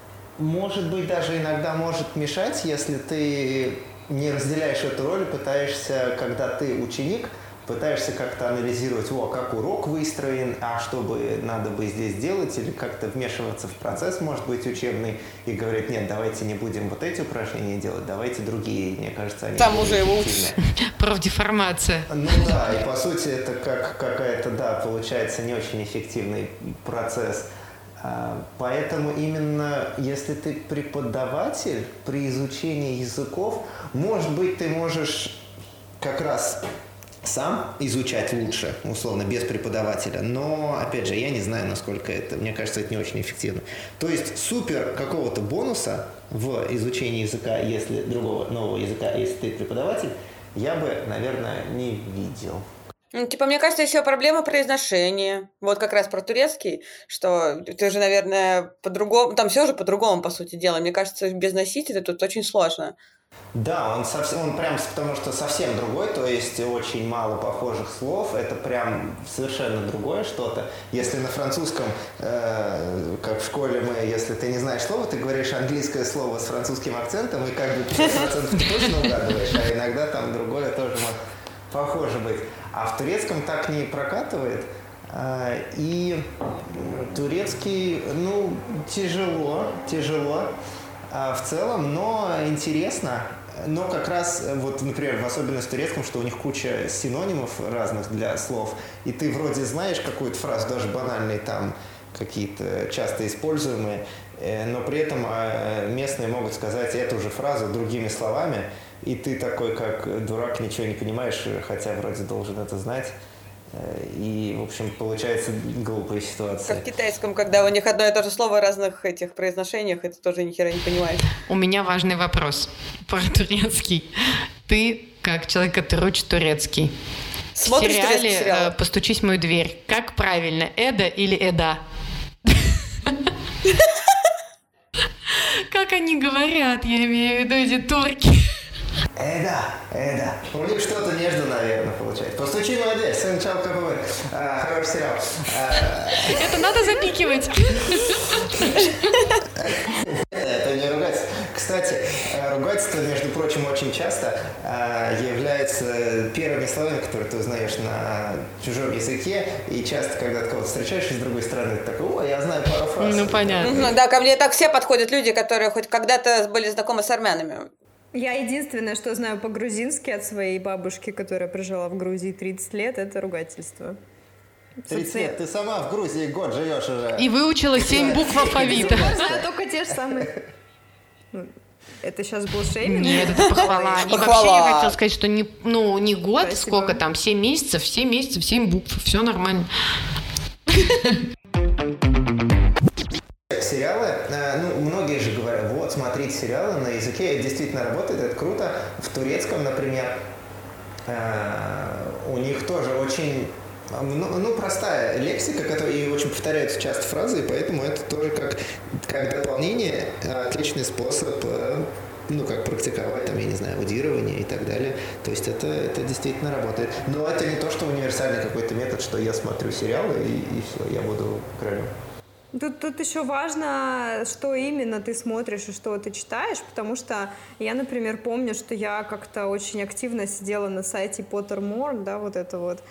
может быть, даже иногда может мешать, если ты не разделяешь эту роль, пытаешься, когда ты ученик, пытаешься как-то анализировать, как урок выстроен, а что бы надо бы здесь делать, или как-то вмешиваться в процесс, может быть, учебный, и говорить, нет, давайте не будем вот эти упражнения делать, давайте другие. Мне кажется, они там уже его профдеформация. Да, и по сути это как какая-то, получается не очень эффективный процесс. Поэтому именно если ты преподаватель при изучении языков, может быть, ты можешь как раз сам изучать лучше, условно, без преподавателя. Но, опять же, я не знаю, насколько это, мне кажется, это не очень эффективно. То есть супер какого-то бонуса в изучении языка, если другого нового языка, если ты преподаватель, я бы, наверное, не видел. Мне кажется, еще проблема произношения. Вот как раз про турецкий, что ты же, наверное, по-другому, там все же по-другому, по сути дела. Мне кажется, без носителя тут очень сложно. Да, он прям, потому что совсем другой, то есть очень мало похожих слов, это прям совершенно другое что-то. Если на французском, как в школе если ты не знаешь слова, ты говоришь английское слово с французским акцентом, и как бы 50% ты точно угадываешь, а иногда там другое тоже может похоже быть. А в турецком так не прокатывает. И турецкий, тяжело в целом, но интересно. Но как раз, например, в особенности в турецком, что у них куча синонимов разных для слов, и ты вроде знаешь какую-то фразу, даже банальные там какие-то часто используемые, но при этом местные могут сказать эту же фразу другими словами, и ты такой, как дурак, ничего не понимаешь, хотя вроде должен это знать. И, в общем, получается глупая ситуация. Как в китайском, когда у них одно и то же слово в разных этих произношениях, и ты тоже ни хера не понимаешь. У меня важный вопрос про турецкий. Ты, как человек, который учит турецкий, смотришь в сериале «Постучись в мою дверь», как правильно, Эда или Эда? Как они говорят, я имею в виду эти турки. Эда. У них что-то между, наверное, получается. «Постучи в мою дверь», сын Чалкова. Хороший сериал. Это надо запикивать. Это не ругательство. Кстати, ругательство, между прочим, очень часто является первыми словами, которые ты узнаешь на чужом языке. И часто, когда ты кого-то встречаешь из другой страны, ты такой, я знаю пару фраз. Понятно. Да, ко мне так все подходят люди, которые хоть когда-то были знакомы с армянами. Я единственное, что знаю по-грузински от своей бабушки, которая прожила в Грузии 30 лет, это ругательство. 30 лет? Ты сама в Грузии год живешь уже. И выучила 7 букв алфавита. Я знаю только те же самые. Это сейчас был шейминг? Нет, это похвала. И вообще я хотела сказать, что не год, спасибо. Сколько там, 7 месяцев, 7 букв, все нормально. Сериалы, многие же говорят, смотрите сериалы на языке, это действительно работает, это круто. В турецком, например, у них тоже очень простая лексика, и очень повторяются часто фразы, и поэтому это тоже как дополнение, отличный способ, как практиковать, там, я не знаю, аудирование и так далее. То есть это действительно работает. Но это не то, что универсальный какой-то метод, что я смотрю сериалы и все, я буду королем. Тут еще важно, что именно ты смотришь и что ты читаешь, потому что я, например, помню, что я как-то очень активно сидела на сайте Pottermore, да, вот это вот,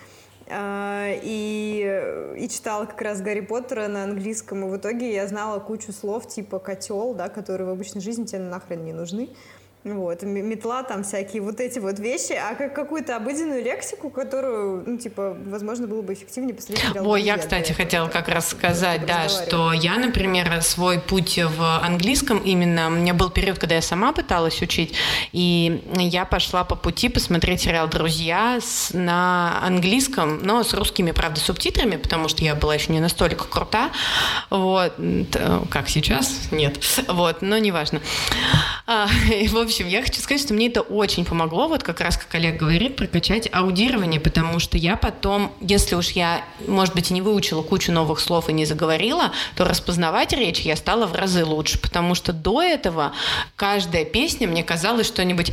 и читала как раз Гарри Поттера на английском, и в итоге я знала кучу слов типа котел, да, которые в обычной жизни тебе нахрен не нужны. Вот, метла, там всякие вот эти вот вещи, а какую-то обыденную лексику, которую, ну, типа, возможно, было бы эффективнее посмотреть сериал. Ой, я, кстати, хотела как раз сказать, да, что я, например, свой путь в английском именно, у меня был период, когда я сама пыталась учить, и я пошла по пути посмотреть сериал «Друзья» на английском, но с русскими, правда, субтитрами, потому что я была еще не настолько крута, вот, как сейчас, нет, вот, но неважно. В общем, я хочу сказать, что мне это очень помогло, вот как раз, как Олег говорит, прокачать аудирование, потому что я потом, если уж я, может быть, и не выучила кучу новых слов и не заговорила, то распознавать речь я стала в разы лучше, потому что до этого каждая песня мне казалась что-нибудь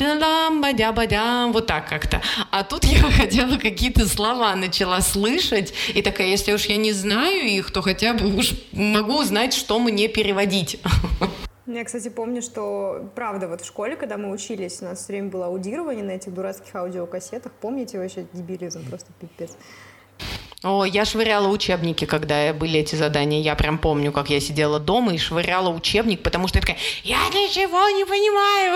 вот так как-то. А тут я хотела какие-то слова начала слышать, и такая, если уж я не знаю их, то хотя бы уж могу узнать, что мне переводить. Я, кстати, помню, что, правда, вот в школе, когда мы учились, у нас все время было аудирование на этих дурацких аудиокассетах. Помните, вообще дебилизм, просто пипец. О, я швыряла учебники, когда были эти задания. Я прям помню, как я сидела дома и швыряла учебник, потому что я такая, я ничего не понимаю.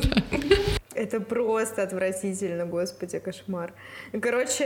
Это просто отвратительно, господи, кошмар. Короче,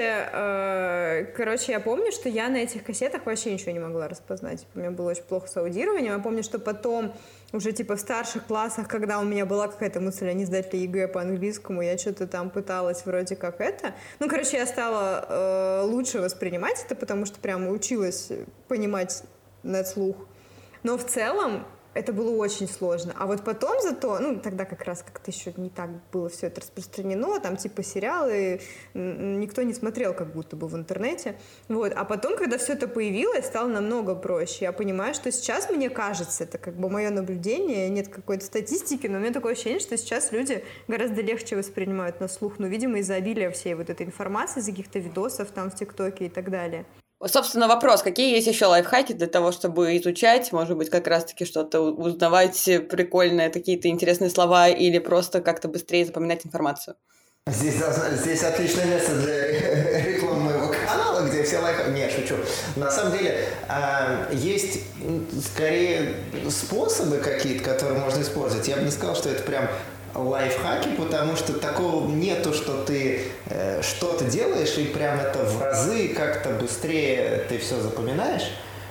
я помню, что я на этих кассетах вообще ничего не могла распознать. У меня было очень плохо с аудированием. Я помню, что потом, уже типа в старших классах, когда у меня была какая-то мысль, а не сдать ли ЕГЭ по английскому, я что-то там пыталась вроде как это. Ну, короче, я стала лучше воспринимать это, потому что прям училась понимать на слух. Но в целом это было очень сложно. А вот потом зато, ну, тогда как раз как-то еще не так было все это распространено, там типа сериалы никто не смотрел как будто бы в интернете. Вот. А потом, когда все это появилось, стало намного проще. Я понимаю, что сейчас, мне кажется, это как бы мое наблюдение, нет какой-то статистики, но у меня такое ощущение, что сейчас люди гораздо легче воспринимают на слух, ну, видимо, из-за обилия всей вот этой информации, из-за каких-то видосов там в ТикТоке и так далее. Собственно, вопрос, какие есть еще лайфхаки для того, чтобы изучать, может быть, как раз-таки что-то узнавать прикольное, какие-то интересные слова или просто как-то быстрее запоминать информацию? Здесь отличное место для рекламы моего канала, где все лайфхаки... Не, шучу. На самом деле, есть скорее способы какие-то, которые можно использовать. Я бы не сказал, что это прям лайфхаки, потому что такого нету, что ты что-то делаешь и прям это в разы как-то быстрее ты все запоминаешь.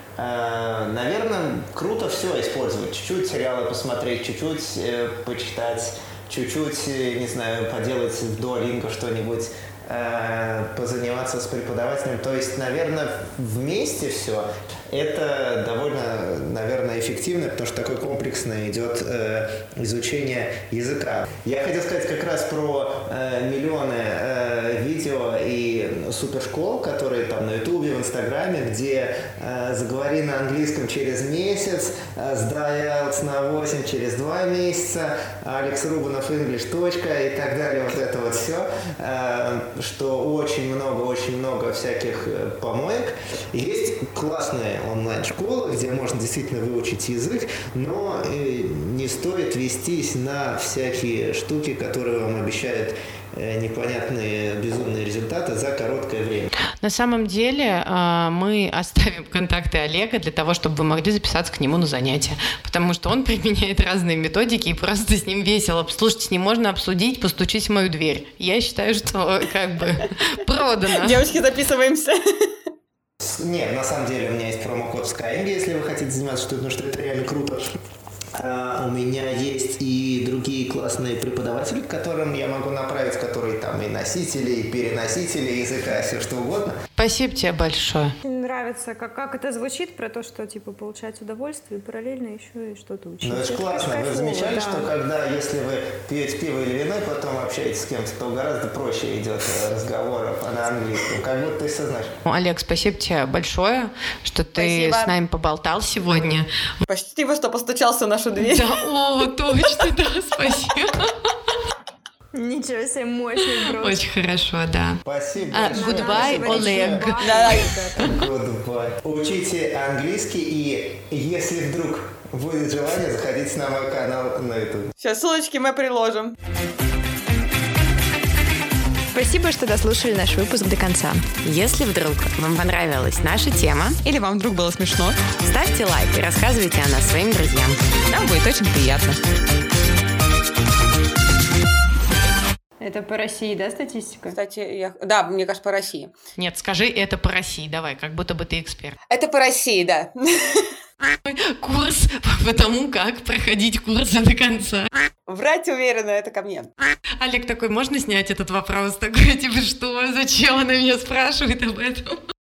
Наверное, круто все использовать. Чуть-чуть сериалы посмотреть, чуть-чуть почитать, чуть-чуть, не знаю, поделать в Duolingo что-нибудь, позаниматься с преподавателем. То есть, наверное, вместе все. Это довольно, наверное, эффективно, потому что такое комплексное идет изучение языка. Я хотел сказать как раз про миллионы видео и супершкол, которые там на Ютубе, в Инстаграме, где заговори на английском через месяц, сдай IELTS на 8 через 2 месяца, Алекс Рубанов English. И так далее. Вот это вот все, что очень много всяких помоек. Есть классные онлайн-школы, где можно действительно выучить язык, но не стоит вестись на всякие штуки, которые вам обещают непонятные безумные результаты за короткое время. На самом деле мы оставим контакты Олега для того, чтобы вы могли записаться к нему на занятия, потому что он применяет разные методики и просто с ним весело. Слушайте, с ним можно обсудить, постучить в мою дверь. Я считаю, что как бы продано. Девочки, записываемся. Нет, на самом деле у меня есть промокод Skyeng, если вы хотите заниматься, потому что это реально круто. У меня есть и другие классные преподаватели, к которым я могу направить, которые там и носители, и переносители языка, все что угодно. Спасибо тебе большое. Мне нравится, как это звучит, про то, что типа получать удовольствие и параллельно еще и что-то учить. Ну это же классно. Вы замечали, да, что когда, если вы пьете пиво или вино, и потом общаетесь с кем-то, то гораздо проще идет разговор на английском, как будто ты все знаешь. Олег, спасибо тебе большое, что ты с нами поболтал сегодня. Спасибо, что постучался в нашу дверь. Да, о, точно, да, спасибо. Ничего себе, мощный брос. Очень хорошо, да. Спасибо. Goodbye, Олег. Goodbye. Учите английский, и если вдруг будет желание, заходите на мой канал на YouTube. Все, ссылочки мы приложим. Спасибо, что дослушали наш выпуск до конца. Если вдруг вам понравилась наша тема, или вам вдруг было смешно, ставьте лайк и рассказывайте о нас своим друзьям. Нам будет очень приятно. Это по России, да, статистика? Кстати, да, мне кажется, по России. Нет, скажи, это по России, давай, как будто бы ты эксперт. Это по России, да. Курс по тому, как проходить курсы до конца. Врать уверенно, это ко мне. Олег такой, можно снять этот вопрос? Такой, типа, что? Зачем она меня спрашивает об этом?